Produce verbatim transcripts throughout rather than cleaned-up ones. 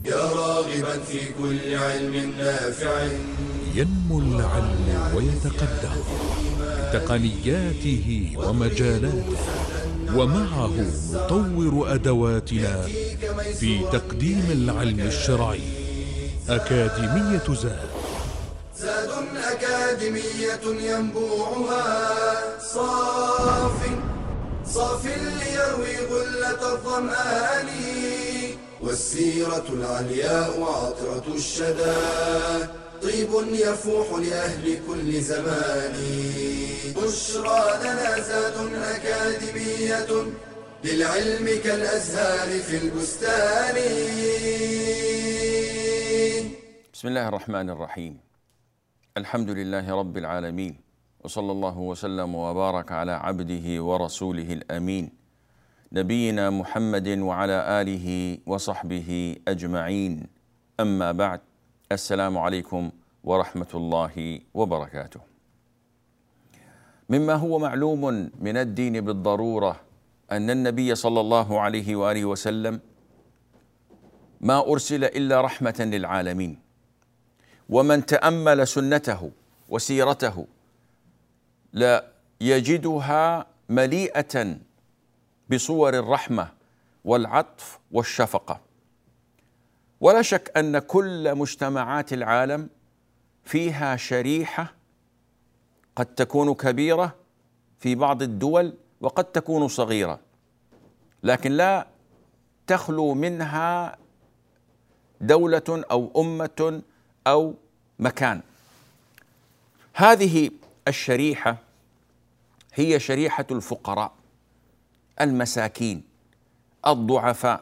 يا راغبا في كل علم نافع. ينمو العلم ويتقدم بتقنياته ومجالاته، ومعه نطور أدواتنا في تقديم العلم الشرعي. أكاديمية زاد، زاد أكاديمية ينبوعها صاف صاف ليروي غلة الظمآن، والسيرة العلياء عطرة الشدى طيب يفوح لأهل كل زمان. بشرى لنا زاد أكاديمية للعلم كالأزهار في البستان. بسم الله الرحمن الرحيم. الحمد لله رب العالمين، وصلى الله وسلم وبارك على عبده ورسوله الأمين نبينا محمد وعلى آله وصحبه أجمعين. أما بعد، السلام عليكم ورحمة الله وبركاته. مما هو معلوم من الدين بالضرورة أن النبي صلى الله عليه وآله وسلم ما أرسل إلا رحمة للعالمين، ومن تأمل سنته وسيرته لا يجدها مليئة بصور الرحمة والعطف والشفقة. ولا شك أن كل مجتمعات العالم فيها شريحة قد تكون كبيرة في بعض الدول وقد تكون صغيرة، لكن لا تخلو منها دولة أو أمة أو مكان. هذه الشريحة هي شريحة الفقراء المساكين الضعفاء.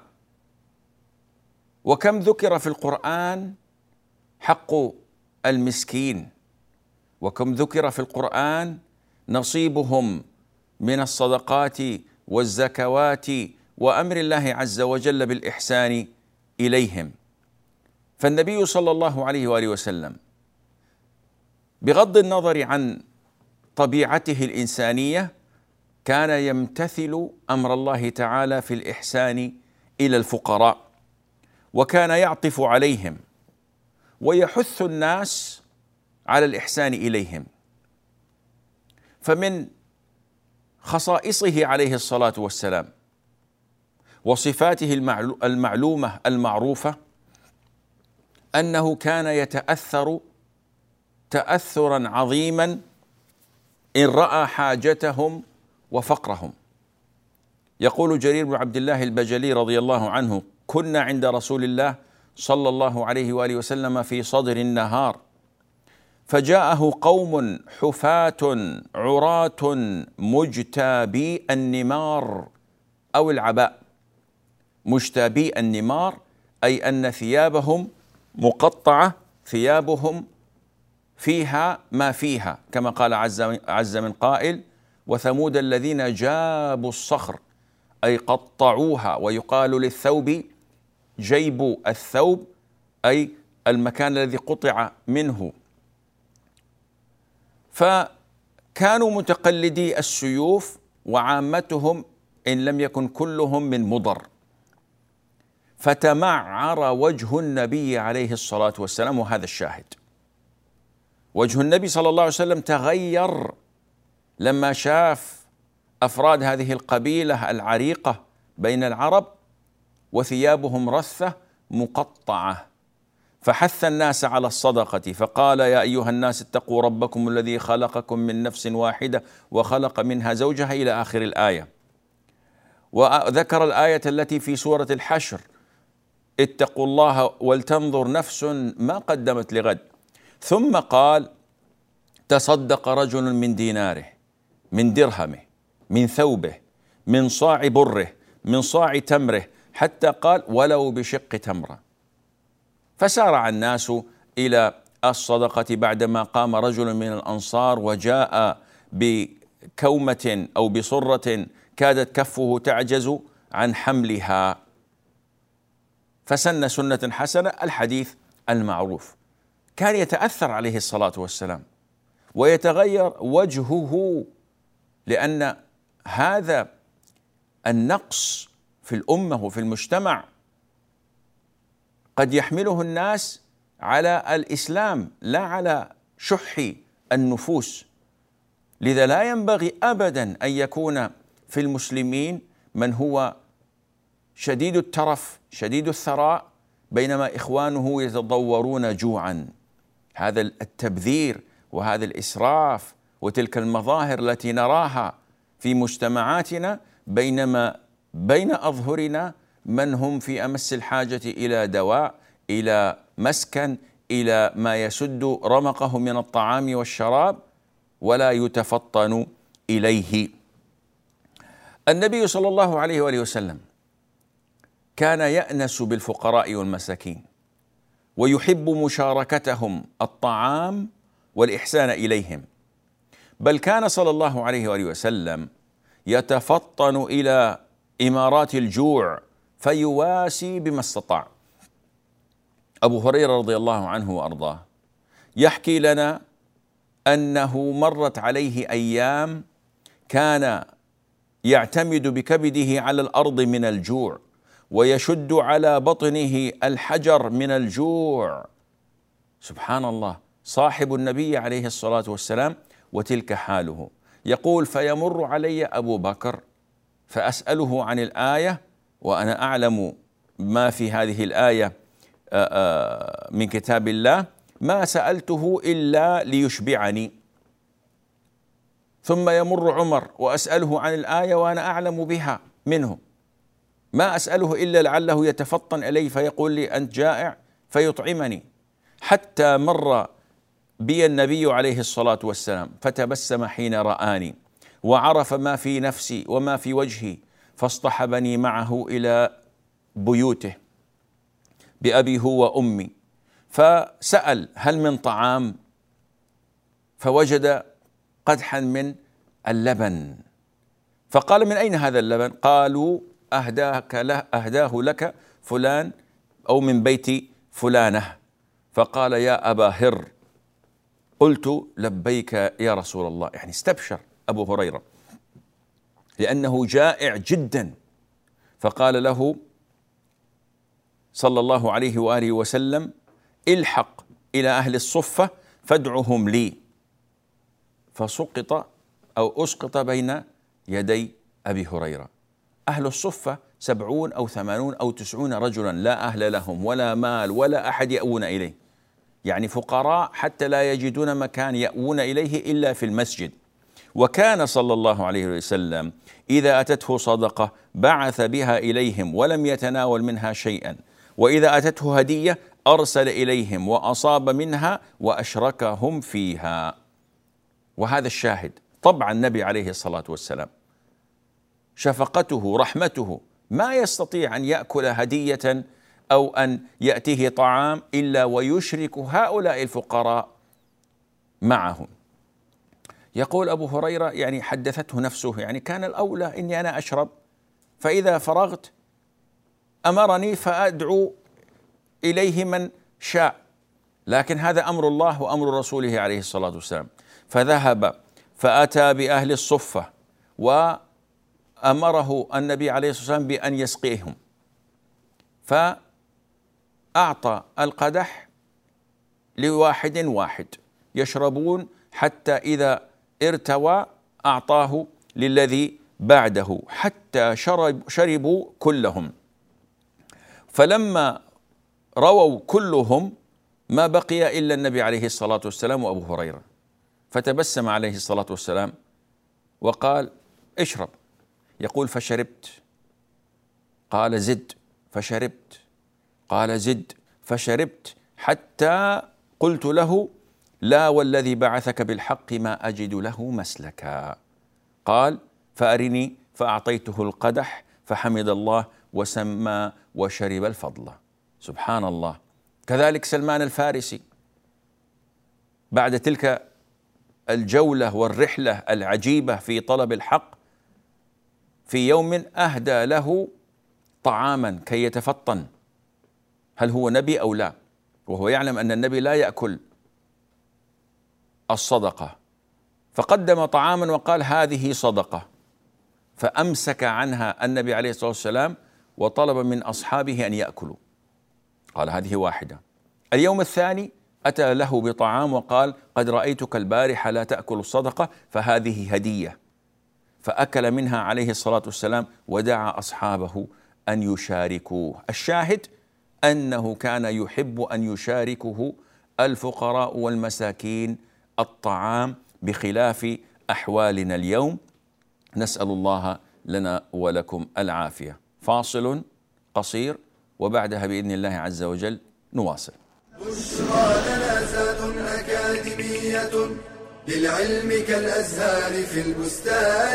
وكم ذكر في القرآن حق المسكين، وكم ذكر في القرآن نصيبهم من الصدقات والزكوات وأمر الله عز وجل بالإحسان إليهم. فالنبي صلى الله عليه وآله وسلم بغض النظر عن طبيعته الإنسانية كان يمتثل أمر الله تعالى في الإحسان إلى الفقراء، وكان يعطف عليهم ويحث الناس على الإحسان إليهم. فمن خصائصه عليه الصلاة والسلام وصفاته المعلومة المعروفة أنه كان يتأثر تأثرا عظيما إن رأى حاجتهم وفقرهم. يقول جرير بن عبد الله البجلي رضي الله عنه: كنا عند رسول الله صلى الله عليه وآله وسلم في صدر النهار، فجاءه قوم حفاة عراة مجتابي النمار أو العباء. مجتابي النمار أي أن ثيابهم مقطعة، ثيابهم فيها ما فيها، كما قال عز, عز من قائل: وثمود الذين جابوا الصخر أي قطعوها. ويقال للثوب جيب الثوب أي المكان الذي قطع منه. فكانوا متقلدي السيوف، وعامتهم إن لم يكن كلهم من مضر. فتمعر وجه النبي عليه الصلاة والسلام، وهذا الشاهد. وجه النبي صلى الله عليه وسلم تغير لما شاف أفراد هذه القبيلة العريقة بين العرب وثيابهم رثة مقطعة، فحث الناس على الصدقة، فقال: يا أيها الناس اتقوا ربكم الذي خلقكم من نفس واحدة وخلق منها زوجها إلى آخر الآية. وذكر الآية التي في سورة الحشر: اتقوا الله ولتنظر نفس ما قدمت لغد. ثم قال: تصدق رجل من ديناره، من درهمه، من ثوبه، من صاع بره، من صاع تمره، حتى قال: ولو بشق تمرة. فسارع الناس إلى الصدقة بعدما قام رجل من الأنصار وجاء بكومة أو بصرة كادت كفه تعجز عن حملها، فسن سنة حسنة، الحديث المعروف. كان يتأثر عليه الصلاة والسلام ويتغير وجهه، لأن هذا النقص في الأمة وفي المجتمع قد يحمله الناس على الإسلام لا على شح النفوس. لذا لا ينبغي أبدا أن يكون في المسلمين من هو شديد الترف شديد الثراء بينما إخوانه يتضورون جوعا. هذا التبذير وهذا الإسراف وتلك المظاهر التي نراها في مجتمعاتنا، بينما بين أظهرنا من هم في أمس الحاجة إلى دواء، إلى مسكن، إلى ما يسد رمقه من الطعام والشراب، ولا يتفطن إليه. النبي صلى الله عليه وآله وسلم كان يأنس بالفقراء والمساكين ويحب مشاركتهم الطعام والإحسان إليهم، بل كان صلى الله عليه وآله وسلم يتفطن إلى إمارات الجوع فيواسي بما استطاع. أبو هريرة رضي الله عنه وأرضاه يحكي لنا أنه مرت عليه أيام كان يعتمد بكبده على الأرض من الجوع ويشد على بطنه الحجر من الجوع. سبحان الله، صاحب النبي عليه الصلاة والسلام وتلك حاله. يقول: فيمر علي أبو بكر فأسأله عن الآية وأنا أعلم ما في هذه الآية من كتاب الله، ما سألته إلا ليشبعني. ثم يمر عمر وأسأله عن الآية وأنا أعلم بها منه، ما أسأله إلا لعله يتفطن إلي فيقول لي أنت جائع فيطعمني. حتى مر بي النبي عليه الصلاة والسلام فتبسم حين رآني وعرف ما في نفسي وما في وجهي، فاصطحبني معه إلى بيوته بأبي هو وأمي، فسأل: هل من طعام؟ فوجد قدحا من اللبن، فقال: من أين هذا اللبن؟ قالوا: أهداك له أهداه لك فلان أو من بيت فلانة. فقال: يا أبا هر. قلت: لبيك يا رسول الله. يعني استبشر أبو هريرة لأنه جائع جدا. فقال له صلى الله عليه وآله وسلم: الحق إلى أهل الصفة فادعهم لي. فسقط أو أسقط بين يدي أبي هريرة. أهل الصفة سبعون أو ثمانون أو تسعون رجلا لا أهل لهم ولا مال ولا أحد يأوون إليه، يعني فقراء حتى لا يجدون مكان يأوون إليه إلا في المسجد. وكان صلى الله عليه وسلم إذا أتته صدقة بعث بها إليهم ولم يتناول منها شيئا، وإذا أتته هدية أرسل إليهم وأصاب منها وأشركهم فيها. وهذا الشاهد. طبعا النبي عليه الصلاة والسلام شفقته رحمته ما يستطيع أن يأكل هدية أو أن يأتيه طعام إلا ويشرك هؤلاء الفقراء معهم. يقول أبو هريرة: يعني حدثته نفسه، يعني كان الأولى إني أنا أشرب، فإذا فرغت أمرني فأدعو إليه من شاء، لكن هذا أمر الله وأمر رسوله عليه الصلاة والسلام. فذهب فأتى بأهل الصفة وأمره النبي عليه الصلاة والسلام بأن يسقيهم، فأعطى القدح لواحد واحد يشربون، حتى إذا ارتوى أعطاه للذي بعده حتى شرب شربوا كلهم. فلما رووا كلهم ما بقي إلا النبي عليه الصلاة والسلام وأبو هريرة، فتبسم عليه الصلاة والسلام وقال: اشرب. يقول: فشربت. قال: زد. فشربت. قال: زد. فشربت، حتى قلت له: لا والذي بعثك بالحق ما أجد له مسلكا. قال: فأرني. فأعطيته القدح فحمد الله وسمى وشرب الفضل. سبحان الله. كذلك سلمان الفارسي بعد تلك الجولة والرحلة العجيبة في طلب الحق، في يوم أهدى له طعاما كي يتفطن هل هو نبي أو لا، وهو يعلم أن النبي لا يأكل الصدقة، فقدم طعاما وقال: هذه صدقة. فأمسك عنها النبي عليه الصلاة والسلام وطلب من أصحابه أن يأكلوا. قال هذه واحدة. اليوم الثاني أتى له بطعام وقال قد رأيتك البارحة لا تأكل الصدقة فهذه هدية، فأكل منها عليه الصلاة والسلام ودعا أصحابه أن يشاركوه. الشاهد أنه كان يحب أن يشاركه الفقراء والمساكين الطعام بخلاف أحوالنا اليوم. نسأل الله لنا ولكم العافية. فاصل قصير وبعدها بإذن الله عز وجل نواصل. بشرى لنا زاد أكاديمية للعلم كالأزهار في البستان.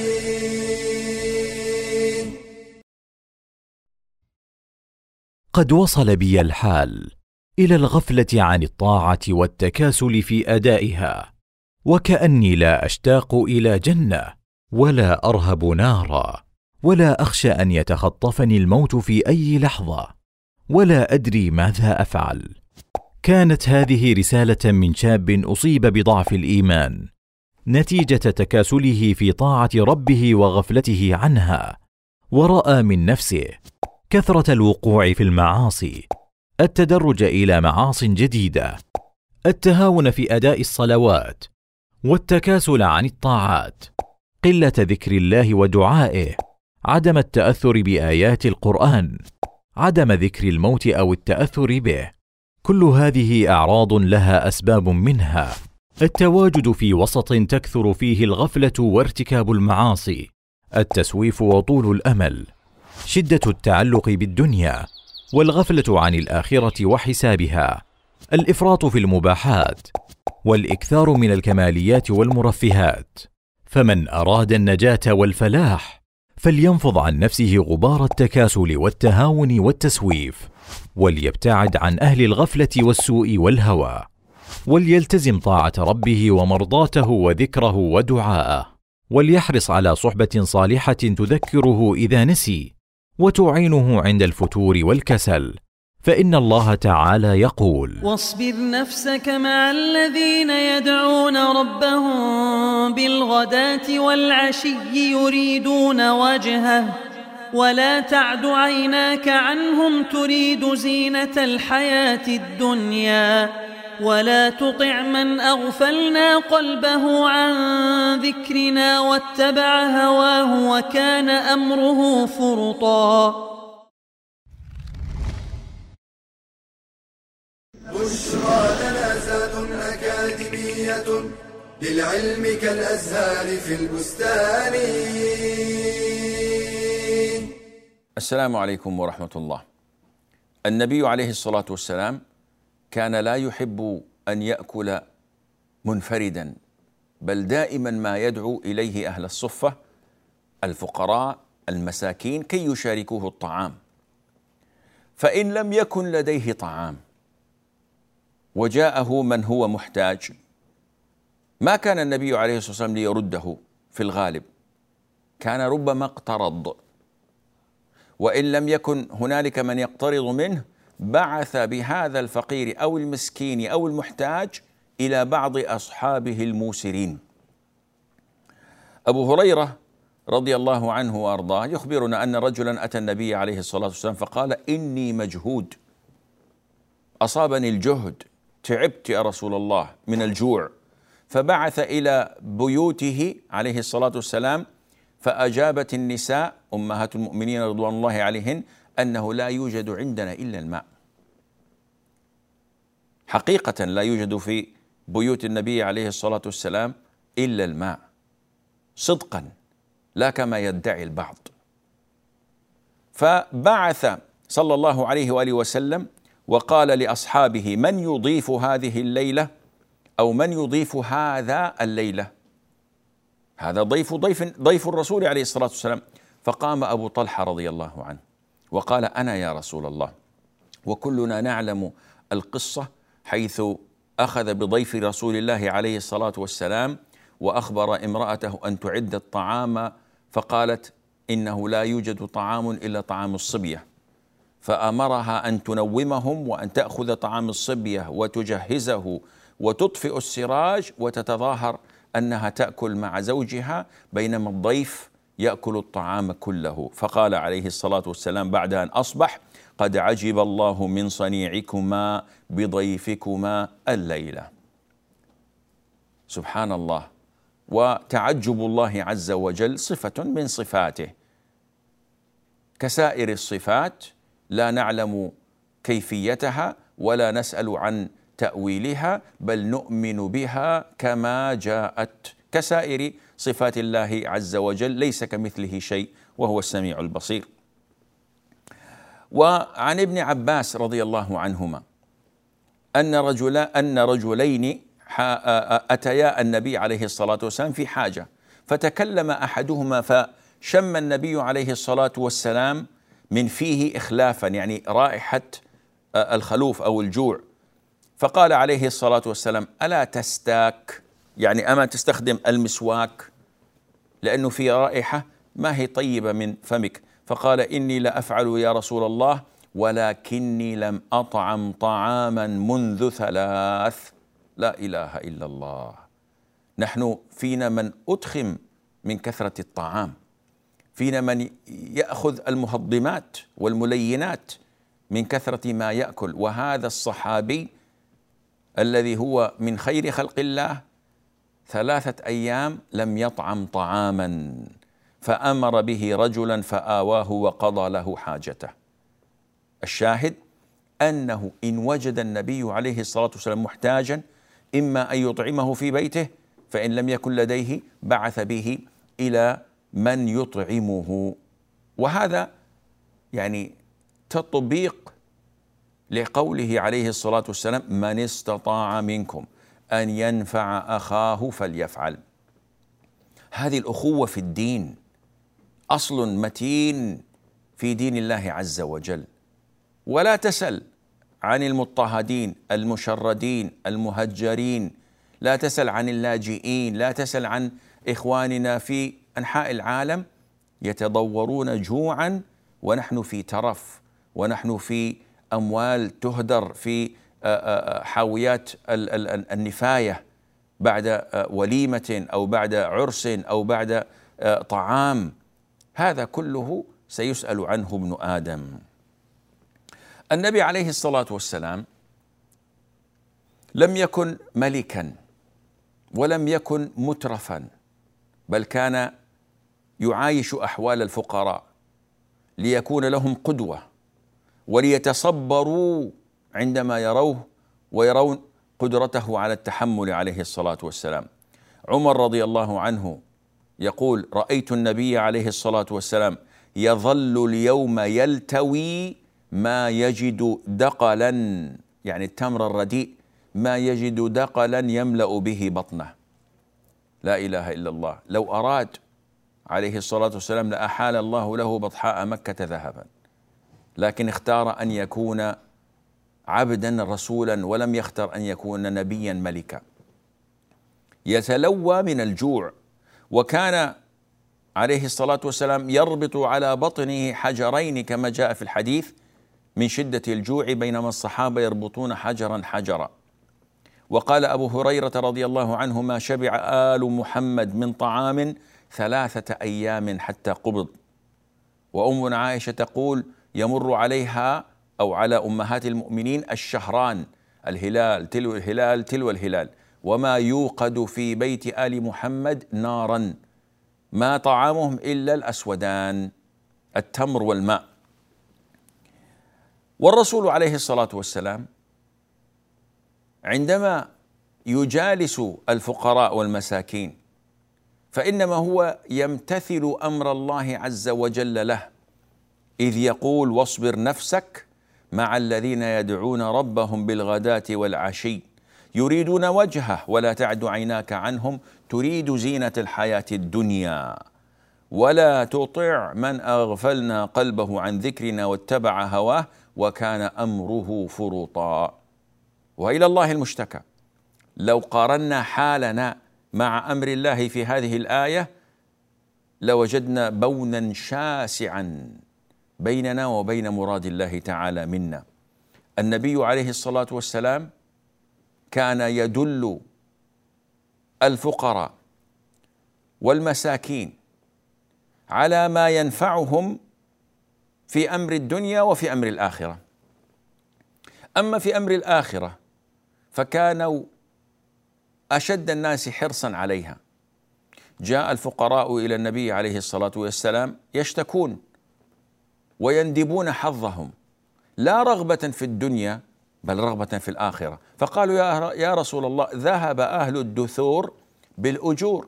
قد وصل بي الحال إلى الغفلة عن الطاعة والتكاسل في أدائها، وكأني لا أشتاق إلى جنة ولا أرهب نارا، ولا أخشى أن يتخطفني الموت في أي لحظة، ولا أدري ماذا أفعل. كانت هذه رسالة من شاب أصيب بضعف الإيمان نتيجة تكاسله في طاعة ربه وغفلته عنها، ورأى من نفسه كثرة الوقوع في المعاصي، التدرج إلى معاص جديدة، التهاون في أداء الصلوات، والتكاسل عن الطاعات، قلة ذكر الله ودعائه، عدم التأثر بآيات القرآن، عدم ذكر الموت أو التأثر به. كل هذه أعراض لها أسباب، منها التواجد في وسط تكثر فيه الغفلة وارتكاب المعاصي، التسويف وطول الأمل، شدة التعلق بالدنيا، والغفلة عن الآخرة وحسابها، الإفراط في المباحات، والإكثار من الكماليات والمرفهات. فمن أراد النجاة والفلاح فلينفض عن نفسه غبار التكاسل والتهاون والتسويف، وليبتعد عن أهل الغفلة والسوء والهوى، وليلتزم طاعة ربه ومرضاته وذكره ودعاءه، وليحرص على صحبة صالحة تذكره إذا نسي وتعينه عند الفتور والكسل، فإن الله تعالى يقول: واصبر نفسك مع الذين يدعون ربهم بالغداة والعشي يريدون وجهه ولا تعد عيناك عنهم تريد زينة الحياة الدنيا ولا تطع من أغفلنا قلبه عن ذكرنا واتبع هواه وكان أمره فرطا. بشرى لنا زاد أكاديمية للعلم كالأزهار في البستان. السلام عليكم ورحمة الله. النبي عليه الصلاة والسلام كان لا يحب أن يأكل منفردا، بل دائما ما يدعو إليه أهل الصفة الفقراء المساكين كي يشاركوه الطعام. فإن لم يكن لديه طعام وجاءه من هو محتاج، ما كان النبي عليه الصلاة والسلام ليرده في الغالب، كان ربما اقترض، وإن لم يكن هنالك من يقترض منه بعث بهذا الفقير أو المسكين أو المحتاج إلى بعض أصحابه الموسرين. أبو هريرة رضي الله عنه وأرضاه يخبرنا أن رجلا أتى النبي عليه الصلاة والسلام فقال: إني مجهود، أصابني الجهد، تعبت يا رسول الله من الجوع. فبعث إلى بيوته عليه الصلاة والسلام، فأجابت النساء أمهات المؤمنين رضوان الله عليهن أنه لا يوجد عندنا إلا الماء. حقيقة لا يوجد في بيوت النبي عليه الصلاة والسلام إلا الماء، صدقا لا كما يدعي البعض. فبعث صلى الله عليه وآله وسلم وقال لأصحابه: من يضيف هذه الليلة أو من يضيف هذا الليلة؟ هذا ضيف ضيف ضيف الرسول عليه الصلاة والسلام. فقام أبو طلحة رضي الله عنه وقال: أنا يا رسول الله. وكلنا نعلم القصة حيث أخذ بضيف رسول الله عليه الصلاة والسلام وأخبر امرأته أن تعد الطعام، فقالت: إنه لا يوجد طعام إلا طعام الصبية، فأمرها أن تنومهم وأن تأخذ طعام الصبية وتجهزه وتطفئ السراج وتتظاهر أنها تأكل مع زوجها بينما الضيف يأكل الطعام كله. فقال عليه الصلاة والسلام بعد أن أصبح: قد عجب الله من صنيعكما بضيفكما الليلة. سبحان الله. وتعجب الله عز وجل صفة من صفاته، كسائر الصفات لا نعلم كيفيتها ولا نسأل عن تأويلها، بل نؤمن بها كما جاءت، كسائر صفات الله عز وجل، ليس كمثله شيء وهو السميع البصير. وعن ابن عباس رضي الله عنهما أن رجلا أن رجلين أتيا النبي عليه الصلاة والسلام في حاجة، فتكلم أحدهما فشم النبي عليه الصلاة والسلام من فيه إخلافا، يعني رائحة الخلوف أو الجوع، فقال عليه الصلاة والسلام: ألا تستاك؟ يعني أما تستخدم المسواك؟ لأنه في رائحة ما هي طيبة من فمك. فقال: إني لأفعل يا رسول الله، ولكني لم أطعم طعاما منذ ثلاث. لا إله إلا الله. نحن فينا من أدخم من كثرة الطعام، فينا من يأخذ المهضمات والملينات من كثرة ما يأكل، وهذا الصحابي الذي هو من خير خلق الله ثلاثة أيام لم يطعم طعاما، فأمر به رجلا فآواه وقضى له حاجته. الشاهد أنه إن وجد النبي عليه الصلاة والسلام محتاجا إما أن يطعمه في بيته، فإن لم يكن لديه بعث به إلى من يطعمه. وهذا يعني تطبيق لقوله عليه الصلاة والسلام: من استطاع منكم أن ينفع أخاه فليفعل. هذه الأخوة في الدين أصل متين في دين الله عز وجل. ولا تسل عن المضطهدين المشردين المهجرين، لا تسل عن اللاجئين، لا تسل عن إخواننا في أنحاء العالم يتضورون جوعا ونحن في ترف، ونحن في أموال تهدر في حاويات النفاية بعد وليمة أو بعد عرس أو بعد طعام. هذا كله سيسأل عنه ابن آدم. النبي عليه الصلاة والسلام لم يكن ملكا ولم يكن مترفا، بل كان يعايش أحوال الفقراء ليكون لهم قدوة وليتصبروا عندما يروه ويرون قدرته على التحمل عليه الصلاة والسلام. عمر رضي الله عنه يقول: رأيت النبي عليه الصلاة والسلام يظل اليوم يلتوي ما يجد دقلا، يعني التمر الرديء، ما يجد دقلا يملأ به بطنه. لا إله إلا الله. لو أراد عليه الصلاة والسلام لأحال الله له بطحاء مكة ذهبا، لكن اختار أن يكون عبدا رسولا، ولم يختر أن يكون نبيا ملكا. يتلوى من الجوع، وكان عليه الصلاة والسلام يربط على بطنه حجرين كما جاء في الحديث من شدة الجوع، بينما الصحابة يربطون حجرا حجرا. وقال أبو هريرة رضي الله عنه: ما شبع آل محمد من طعام ثلاثة أيام حتى قبض. وأمنا عائشة تقول: يمر عليها أو على أمهات المؤمنين الشهران، الهلال تلو الهلال تلو الهلال، وما يوقد في بيت آل محمد نارا، ما طعامهم إلا الأسودان، التمر والماء. والرسول عليه الصلاة والسلام عندما يجالس الفقراء والمساكين فإنما هو يمتثل أمر الله عز وجل له، إذ يقول: واصبر نفسك مع الذين يدعون ربهم بالغداة والعشي يريدون وجهه ولا تعد عيناك عنهم تريد زينة الحياة الدنيا ولا تطع من أغفلنا قلبه عن ذكرنا واتبع هواه وكان أمره فرطا. وإلى الله المشتكى. لو قارنا حالنا مع أمر الله في هذه الآية لوجدنا بونا شاسعا بيننا وبين مراد الله تعالى منا. النبي عليه الصلاة والسلام كان يدل الفقراء والمساكين على ما ينفعهم في أمر الدنيا وفي أمر الآخرة. أما في أمر الآخرة فكانوا أشد الناس حرصا عليها. جاء الفقراء إلى النبي عليه الصلاة والسلام يشتكون ويندبون حظهم، لا رغبة في الدنيا بل رغبة في الآخرة، فقالوا يا يا رسول الله ذهب أهل الدثور بالأجور،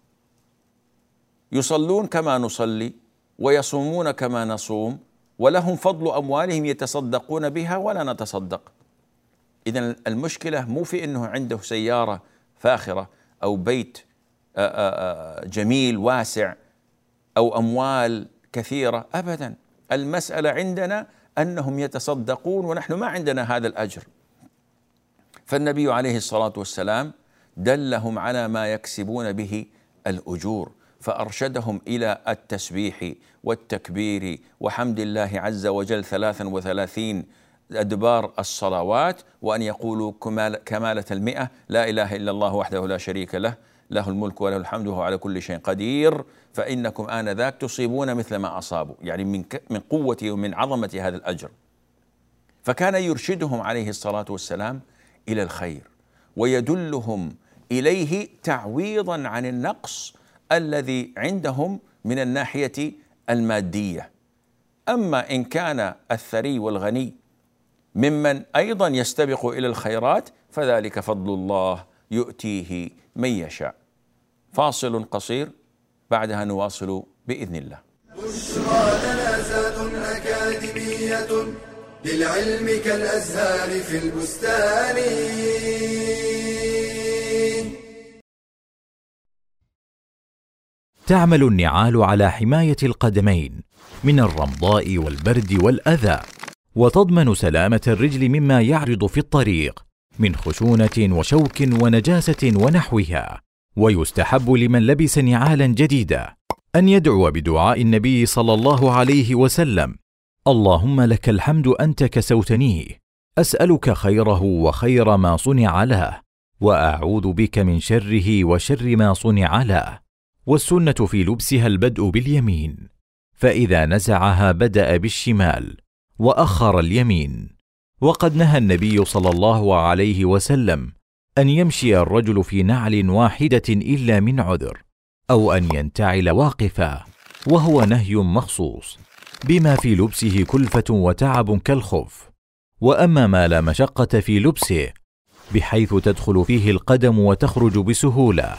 يصلون كما نصلي ويصومون كما نصوم ولهم فضل أموالهم يتصدقون بها ولا نتصدق. إذن المشكلة مو في أنه عنده سيارة فاخرة أو بيت جميل واسع أو أموال كثيرة، أبدا. المسألة عندنا أنهم يتصدقون ونحن ما عندنا هذا الأجر. فالنبي عليه الصلاة والسلام دلهم على ما يكسبون به الأجور، فأرشدهم إلى التسبيح والتكبير وحمد الله عز وجل ثلاثا وثلاثين أدبار الصلوات، وأن يقولوا كمالة المئة لا إله إلا الله وحده لا شريك له له الملك وله الحمد وهو على كل شيء قدير فإنكم آنذاك تصيبون مثل ما أصابوا، يعني من من قوة ومن عظمة هذا الأجر. فكان يرشدهم عليه الصلاة والسلام إلى الخير ويدلهم إليه تعويضا عن النقص الذي عندهم من الناحية المادية. أما إن كان الثري والغني ممن أيضا يستبق إلى الخيرات فذلك فضل الله يؤتيه من يشاء. فاصل قصير بعدها نواصل بإذن الله. بشرى لنا زاد أكاديمية للعلم كالأزهار في البستان. تعمل النعال على حماية القدمين من الرمضاء والبرد والأذى، وتضمن سلامة الرجل مما يعرض في الطريق من خشونة وشوك ونجاسة ونحوها. ويستحب لمن لبس نعالا جديدة أن يدعو بدعاء النبي صلى الله عليه وسلم: اللهم لك الحمد أنت كسوتنيه، أسألك خيره وخير ما صنع له، وأعوذ بك من شره وشر ما صنع له. والسنة في لبسها البدء باليمين، فإذا نزعها بدأ بالشمال وأخر اليمين. وقد نهى النبي صلى الله عليه وسلم أن يمشي الرجل في نعل واحدة إلا من عذر، أو أن ينتعل واقفا، وهو نهي مخصوص بما في لبسه كلفة وتعب كالخف. وأما ما لا مشقة في لبسه بحيث تدخل فيه القدم وتخرج بسهولة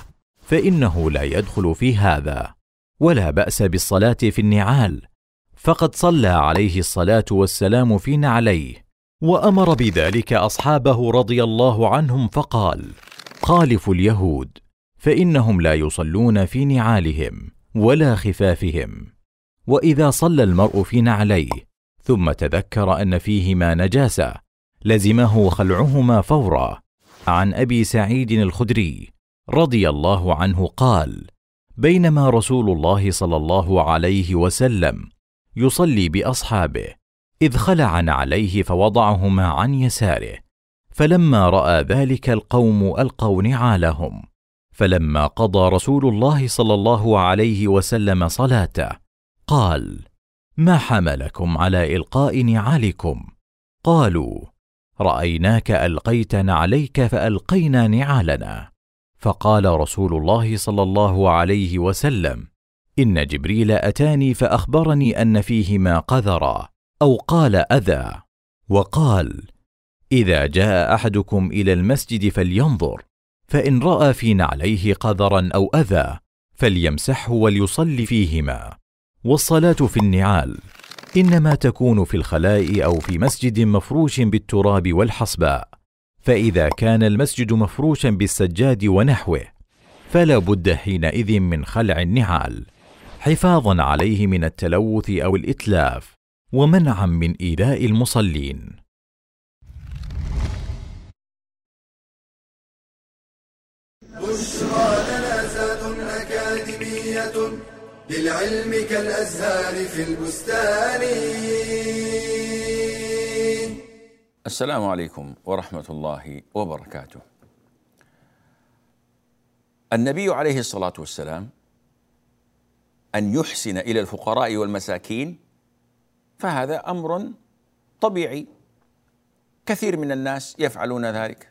فإنه لا يدخل في هذا. ولا بأس بالصلاة في النعال، فقد صلى عليه الصلاة والسلام في نعليه، وأمر بذلك أصحابه رضي الله عنهم فقال: خالفوا اليهود فإنهم لا يصلون في نعالهم ولا خفافهم. وإذا صلى المرء في نعليه ثم تذكر أن فيهما نجاسة لزمه خلعهما فورا. عن أبي سعيد الخدري رضي الله عنه قال: بينما رسول الله صلى الله عليه وسلم يصلي بأصحابه إذ خلع نعليه فوضعهما عن يساره، فلما رأى ذلك القوم ألقوا نعالهم، فلما قضى رسول الله صلى الله عليه وسلم صلاته قال: ما حملكم على إلقاء نعالكم؟ قالوا: رأيناك ألقيت نعليك فألقينا نعالنا. فقال رسول الله صلى الله عليه وسلم: إن جبريل أتاني فأخبرني أن فيهما قذرا، أو قال أذى، وقال: إذا جاء أحدكم إلى المسجد فلينظر، فإن رأى في نعليه قذرا أو أذى فليمسحه وليصلي فيهما. والصلاة في النعال إنما تكون في الخلاء أو في مسجد مفروش بالتراب والحصباء، فإذا كان المسجد مفروشا بالسجاد ونحوه فلا بد حينئذ من خلع النعال، حفاظا عليه من التلوث أو الإتلاف، ومنعا من إيذاء المصلين. بشرى لنا زاد أكاديمية للعلم كالأزهار في البستان. السلام عليكم ورحمة الله وبركاته. النبي عليه الصلاة والسلام أن يحسن إلى الفقراء والمساكين فهذا أمر طبيعي، كثير من الناس يفعلون ذلك.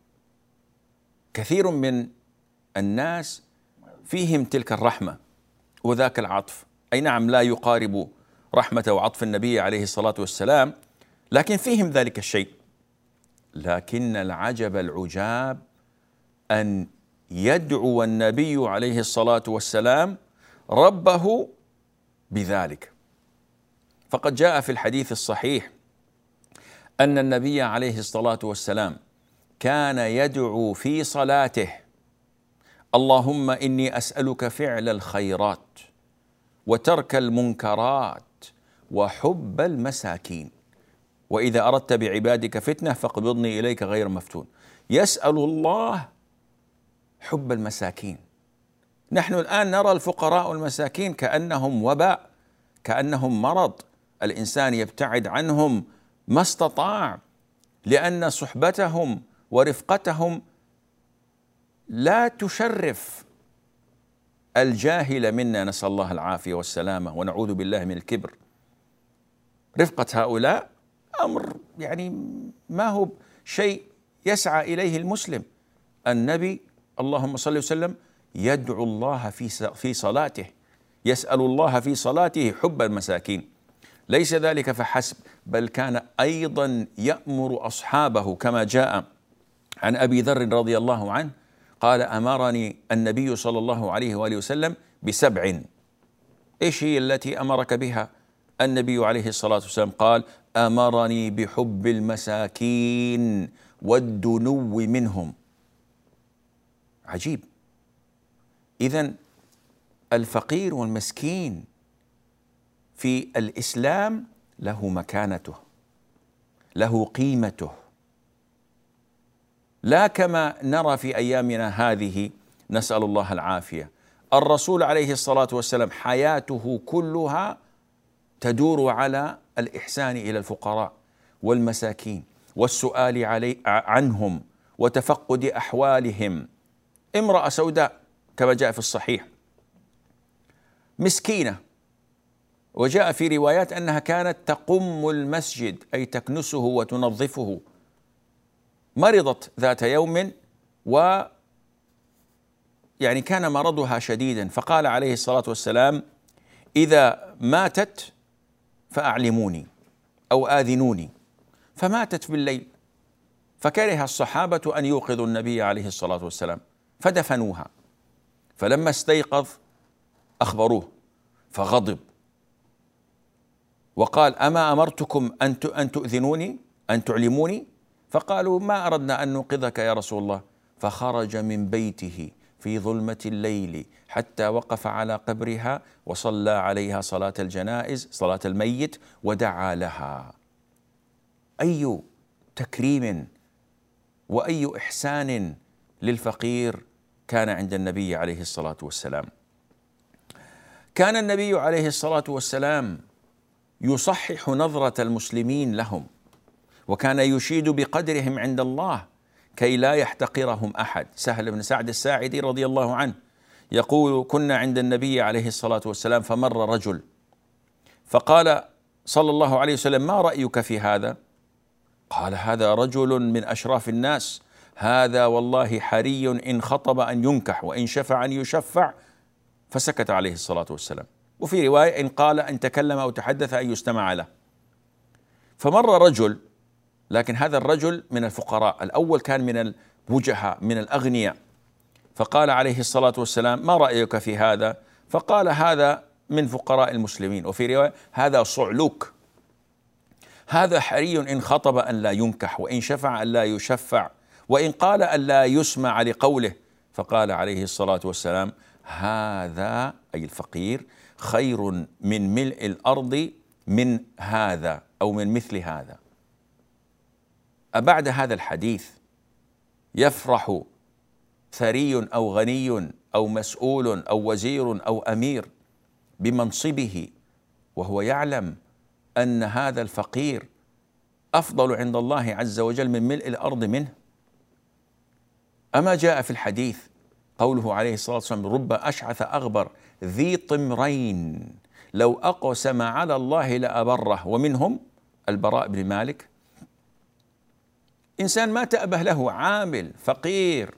كثير من الناس فيهم تلك الرحمة وذاك العطف، أي نعم لا يقارب رحمة وعطف النبي عليه الصلاة والسلام، لكن فيهم ذلك الشيء. لكن العجب العجاب أن يدعو النبي عليه الصلاة والسلام ربه بذلك. فقد جاء في الحديث الصحيح أن النبي عليه الصلاة والسلام كان يدعو في صلاته: اللهم إني أسألك فعل الخيرات وترك المنكرات وحب المساكين، وإذا أردت بعبادك فتنة فاقبضني إليك غير مفتون. يسأل الله حب المساكين. نحن الآن نرى الفقراء والمساكين كأنهم وباء، كأنهم مرض، الإنسان يبتعد عنهم ما استطاع، لأن صحبتهم ورفقتهم لا تشرف الجاهل منا، نسأل الله العافية والسلامة ونعوذ بالله من الكبر. رفقة هؤلاء أمر يعني ما هو شيء يسعى إليه المسلم. النبي اللهم صل وسلم يدعو الله في في صلاته، يسأل الله في صلاته حب المساكين. ليس ذلك فحسب، بل كان أيضا يأمر أصحابه كما جاء عن أبي ذر رضي الله عنه قال: أمرني النبي صلى الله عليه وآله وسلم بسبع. إيش هي التي أمرك بها النبي عليه الصلاة والسلام؟ قال: أمرني بحب المساكين والدنو منهم. عجيب. إذن الفقير والمسكين في الإسلام له مكانته، له قيمته، لا كما نرى في أيامنا هذه، نسأل الله العافية. الرسول عليه الصلاة والسلام حياته كلها تدور على الإحسان إلى الفقراء والمساكين والسؤال علي عنهم وتفقد أحوالهم. امرأة سوداء كما جاء في الصحيح مسكينة، وجاء في روايات أنها كانت تقم المسجد أي تكنسه وتنظفه. مرضت ذات يوم و يعني كان مرضها شديدا، فقال عليه الصلاة والسلام: إذا ماتت فأعلموني أو آذنوني. فماتت بالليل، فكره الصحابة أن يوقظوا النبي عليه الصلاة والسلام فدفنوها. فلما استيقظ أخبروه فغضب وقال: أما أمرتكم أن تؤذنوني أن تعلموني؟ فقالوا: ما أردنا أن نوقظك يا رسول الله. فخرج من بيته في ظلمة الليل حتى وقف على قبرها وصلى عليها صلاة الجنائز، صلاة الميت، ودعا لها. أي تكريم وأي إحسان للفقير كان عند النبي عليه الصلاة والسلام. كان النبي عليه الصلاة والسلام يصحح نظرة المسلمين لهم، وكان يشيد بقدرهم عند الله كي لا يحتقرهم أحد. سهل بن سعد الساعدي رضي الله عنه يقول: كنا عند النبي عليه الصلاة والسلام فمر رجل فقال صلى الله عليه وسلم: ما رأيك في هذا؟ قال: هذا رجل من أشراف الناس، هذا والله حري إن خطب أن ينكح وإن شفع أن يشفع. فسكت عليه الصلاة والسلام. وفي رواية إن قال أن تكلم أو تحدث أن يستمع له. فمر رجل، لكن هذا الرجل من الفقراء، الأول كان من الوجهاء من الأغنياء، فقال عليه الصلاة والسلام: ما رأيك في هذا؟ فقال: هذا من فقراء المسلمين. وفي رواية: هذا صعلوك، هذا حري إن خطب أن لا ينكح وإن شفع أن لا يشفع وإن قال أن لا يسمع لقوله. فقال عليه الصلاة والسلام: هذا أي الفقير خير من ملء الأرض من هذا أو من مثل هذا. أبعد هذا الحديث يفرح ثري أو غني أو مسؤول أو وزير أو أمير بمنصبه وهو يعلم أن هذا الفقير أفضل عند الله عز وجل من ملء الأرض منه؟ أما جاء في الحديث قوله عليه الصلاة والسلام: رب أشعث أغبر ذي طمرين لو أقسم على الله لأبره. ومنهم البراء بن مالك، إنسان ما تأبه له، عامل فقير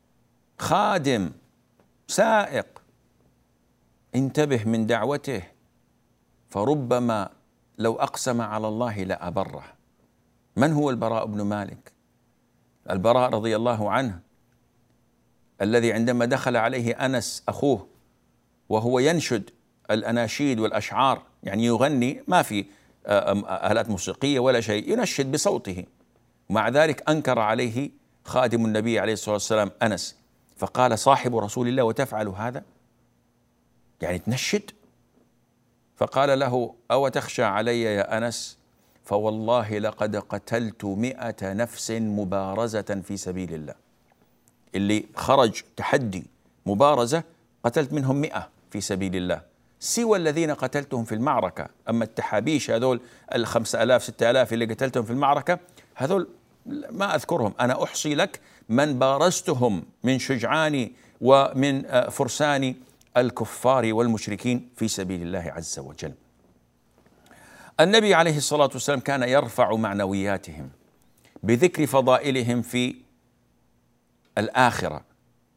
خادم سائق، انتبه من دعوته، فربما لو أقسم على الله لأبره. من هو البراء بن مالك؟ البراء رضي الله عنه الذي عندما دخل عليه أنس أخوه وهو ينشد الأناشيد والأشعار، يعني يغني، ما في آلات موسيقية ولا شيء، ينشد بصوته، مع ذلك أنكر عليه خادم النبي عليه الصلاة والسلام أنس، فقال: صاحب رسول الله وتفعل هذا؟ يعني تنشد؟ فقال له: أو تخشى علي يا أنس؟ فوالله لقد قتلت مئة نفس مبارزة في سبيل الله. اللي خرج تحدي مبارزة قتلت منهم مئة في سبيل الله، سوى الذين قتلتهم في المعركة. أما التحابيش هذول الخمسة آلاف ستة آلاف اللي قتلتهم في المعركة، هذول ما أذكرهم، أنا أحصي لك من بارزتهم من شجعاني ومن فرسان الكفار والمشركين في سبيل الله عز وجل. النبي عليه الصلاة والسلام كان يرفع معنوياتهم بذكر فضائلهم في الآخرة،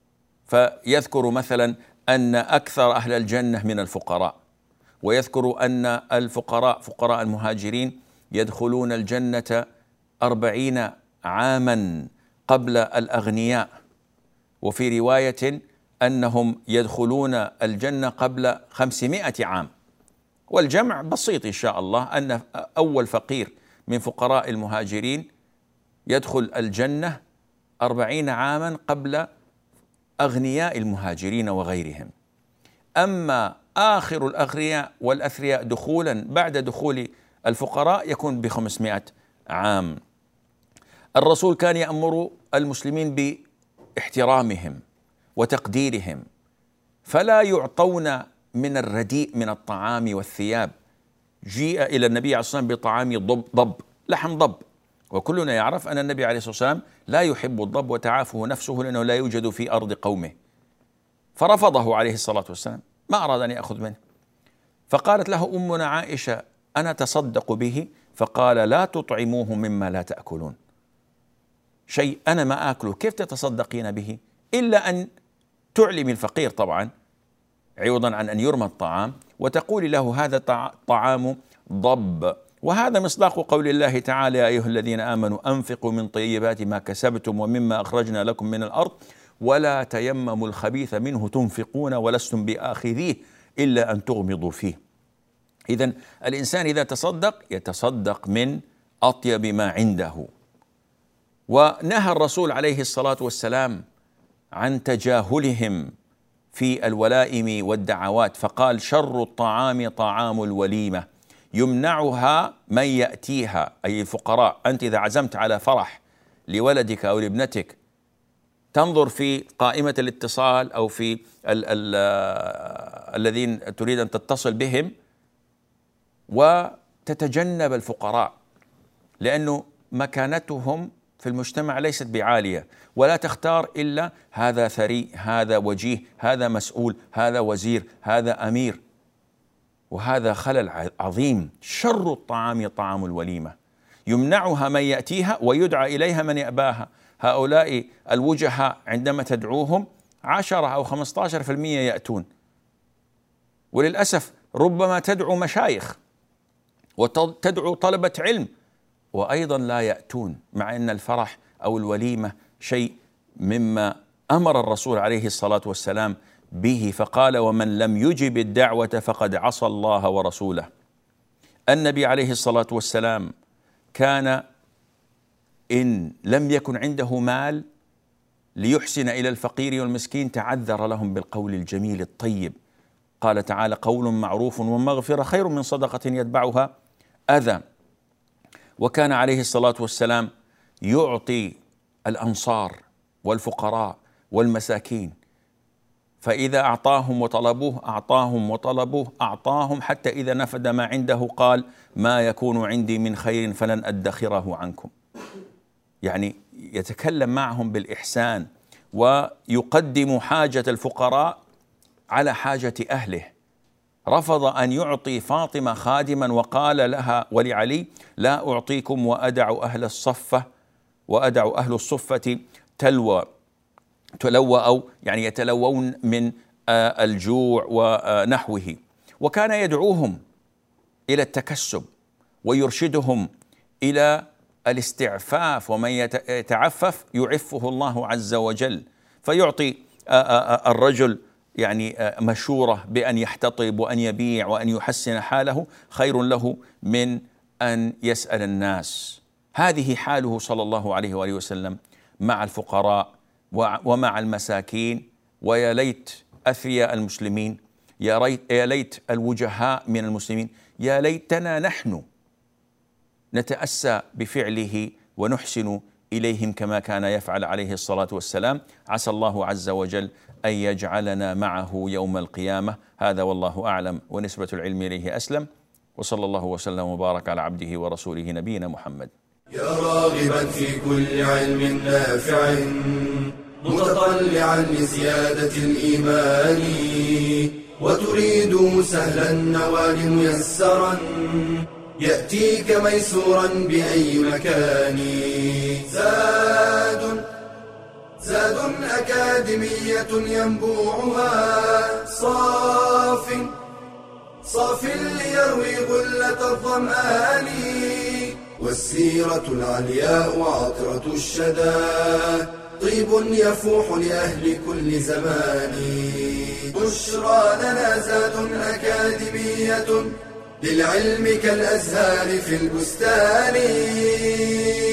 فيذكر مثلا أن أكثر أهل الجنة من الفقراء، ويذكر أن الفقراء فقراء المهاجرين يدخلون الجنة أربعين عاما قبل الأغنياء، وفي رواية أنهم يدخلون الجنة قبل خمسمائة عام. والجمع بسيط إن شاء الله، أن أول فقير من فقراء المهاجرين يدخل الجنة أربعين عاما قبل أغنياء المهاجرين وغيرهم. أما آخر الأغنياء والأثرياء دخولا بعد دخول الفقراء يكون بخمسمائة عام. الرسول كان يأمر المسلمين باحترامهم وتقديرهم، فلا يعطون من الرديء من الطعام والثياب. جيء إلى النبي عليه الصلاة والسلام بطعام ضب, ضب لحم ضب، وكلنا يعرف أن النبي عليه الصلاة والسلام لا يحب الضب وتعافه نفسه لأنه لا يوجد في أرض قومه، فرفضه عليه الصلاة والسلام، ما أراد أن يأخذ منه. فقالت له أمنا عائشة: أنا تصدق به؟ فقال: لا تطعموه مما لا تأكلون، شيء أنا ما آكله كيف تتصدقين به؟ إلا أن تعلمي الفقير طبعا عوضا عن أن يرمى الطعام، وتقولي له هذا طعام ضب. وهذا مصداق قول الله تعالى: يا أيها الذين آمنوا أنفقوا من طيبات ما كسبتم ومما أخرجنا لكم من الأرض ولا تيمموا الخبيث منه تنفقون ولستم بآخذيه إلا أن تغمضوا فيه. إذن الإنسان إذا تصدق يتصدق من أطيب ما عنده. ونهى الرسول عليه الصلاة والسلام عن تجاهلهم في الولائم والدعوات، فقال: شر الطعام طعام الوليمة يمنعها من يأتيها، أي الفقراء. أنت إذا عزمت على فرح لولدك أو لابنتك، تنظر في قائمة الاتصال أو في ال ال الذين تريد أن تتصل بهم وتتجنب الفقراء، لأنه مكانتهم في المجتمع ليست بعالية، ولا تختار إلا هذا ثري، هذا وجيه، هذا مسؤول، هذا وزير، هذا أمير، وهذا خلل عظيم. شر الطعام طعام الوليمة يمنعها من يأتيها ويدعى إليها من يأباها. هؤلاء الوجهاء عندما تدعوهم عشرة أو خمسة عشر في المئة يأتون، وللأسف ربما تدعو مشايخ وتدعو طلبة علم وأيضا لا يأتون، مع أن الفرح أو الوليمة شيء مما أمر الرسول عليه الصلاة والسلام به، فقال: ومن لم يجب الدعوة فقد عصى الله ورسوله. النبي عليه الصلاة والسلام كان إن لم يكن عنده مال ليحسن إلى الفقير والمسكين تعذر لهم بالقول الجميل الطيب. قال تعالى: قول معروف ومغفرة خير من صدقة يتبعها أذى. وكان عليه الصلاة والسلام يعطي الأنصار والفقراء والمساكين، فإذا أعطاهم وطلبوه أعطاهم وطلبوه أعطاهم، حتى إذا نفد ما عنده قال: ما يكون عندي من خير فلن أدخره عنكم. يعني يتكلم معهم بالإحسان ويقدم حاجة الفقراء على حاجة أهله رفض أن يعطي فاطمة خادما وقال لها ولعلي: لا أعطيكم وأدع أهل الصفة وأدع أهل الصفة تلوى تلوى أو يعني يتلوون من الجوع ونحوه. وكان يدعوهم إلى التكسب ويرشدهم إلى الاستعفاف، ومن يتعفف يعفه الله عز وجل. فيعطي الرجل يعني مشورة بأن يحتطب وأن يبيع وأن يحسن حاله خير له من أن يسأل الناس. هذه حاله صلى الله عليه وآله وسلم مع الفقراء ومع المساكين. ويا ليت أثرياء المسلمين، يا ليت الوجهاء من المسلمين، يا ليتنا نحن نتأسى بفعله ونحسن إليهم كما كان يفعل عليه الصلاة والسلام. عسى الله عز وجل أن يجعلنا معه يوم القيامة. هذا والله أعلم، ونسبة العلم إليه أسلم. وصلى الله وسلم وبارك على عبده ورسوله نبينا محمد. يا راغبا في كل علم نافع متطلعا لزيادة الإيمان، وتريد سهلا النوال ميسرا يأتيك ميسورا بأي مكان. زاد زاد أكاديمية ينبوعها صاف صاف ليروي غلة الظمآن، والسيرة العلياء عطرة الشدى طيب يفوح لأهل كل زمان. بشرى لنا زاد أكاديمية للعلم كالأزهار في البستان.